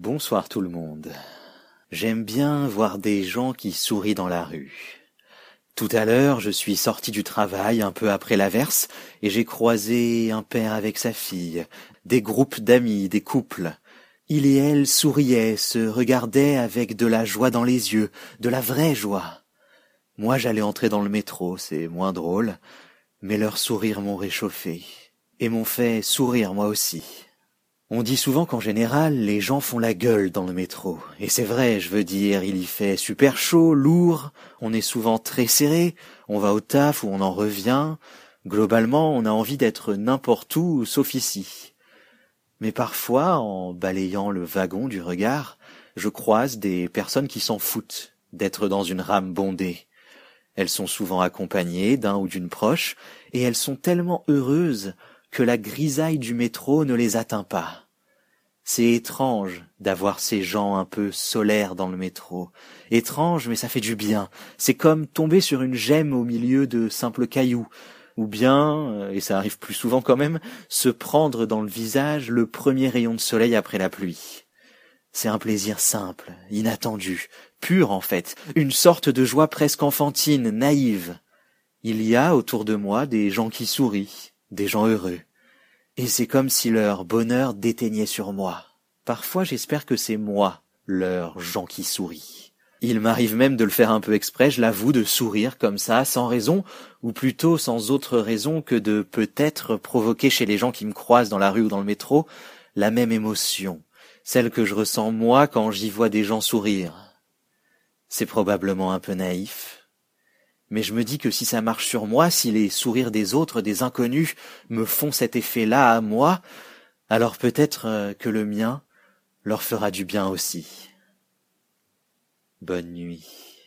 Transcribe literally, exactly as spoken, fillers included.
Bonsoir tout le monde. J'aime bien voir des gens qui sourient dans la rue. Tout à l'heure, je suis sorti du travail un peu après l'averse et j'ai croisé un père avec sa fille, des groupes d'amis, des couples. Il et elle souriaient, se regardaient avec de la joie dans les yeux, de la vraie joie. Moi, j'allais entrer dans le métro, c'est moins drôle, mais leurs sourires m'ont réchauffé et m'ont fait sourire moi aussi. On dit souvent qu'en général, les gens font la gueule dans le métro. Et c'est vrai, je veux dire, il y fait super chaud, lourd, on est souvent très serré, on va au taf ou on en revient. Globalement, on a envie d'être n'importe où, sauf ici. Mais parfois, en balayant le wagon du regard, je croise des personnes qui s'en foutent d'être dans une rame bondée. Elles sont souvent accompagnées d'un ou d'une proche, et elles sont tellement heureuses que la grisaille du métro ne les atteint pas. C'est étrange d'avoir ces gens un peu solaires dans le métro. Étrange, mais ça fait du bien. C'est comme tomber sur une gemme au milieu de simples cailloux. Ou bien, et ça arrive plus souvent quand même, se prendre dans le visage le premier rayon de soleil après la pluie. C'est un plaisir simple, inattendu, pur en fait, une sorte de joie presque enfantine, naïve. Il y a autour de moi des gens qui sourient, des gens heureux. Et c'est comme si leur bonheur déteignait sur moi. Parfois j'espère que c'est moi, leur gens qui sourit. Il m'arrive même de le faire un peu exprès, je l'avoue, de sourire comme ça, sans raison, ou plutôt sans autre raison que de peut-être provoquer chez les gens qui me croisent dans la rue ou dans le métro la même émotion, celle que je ressens moi quand j'y vois des gens sourire. C'est probablement un peu naïf. Mais je me dis que si ça marche sur moi, si les sourires des autres, des inconnus, me font cet effet-là à moi, alors peut-être que le mien leur fera du bien aussi. Bonne nuit.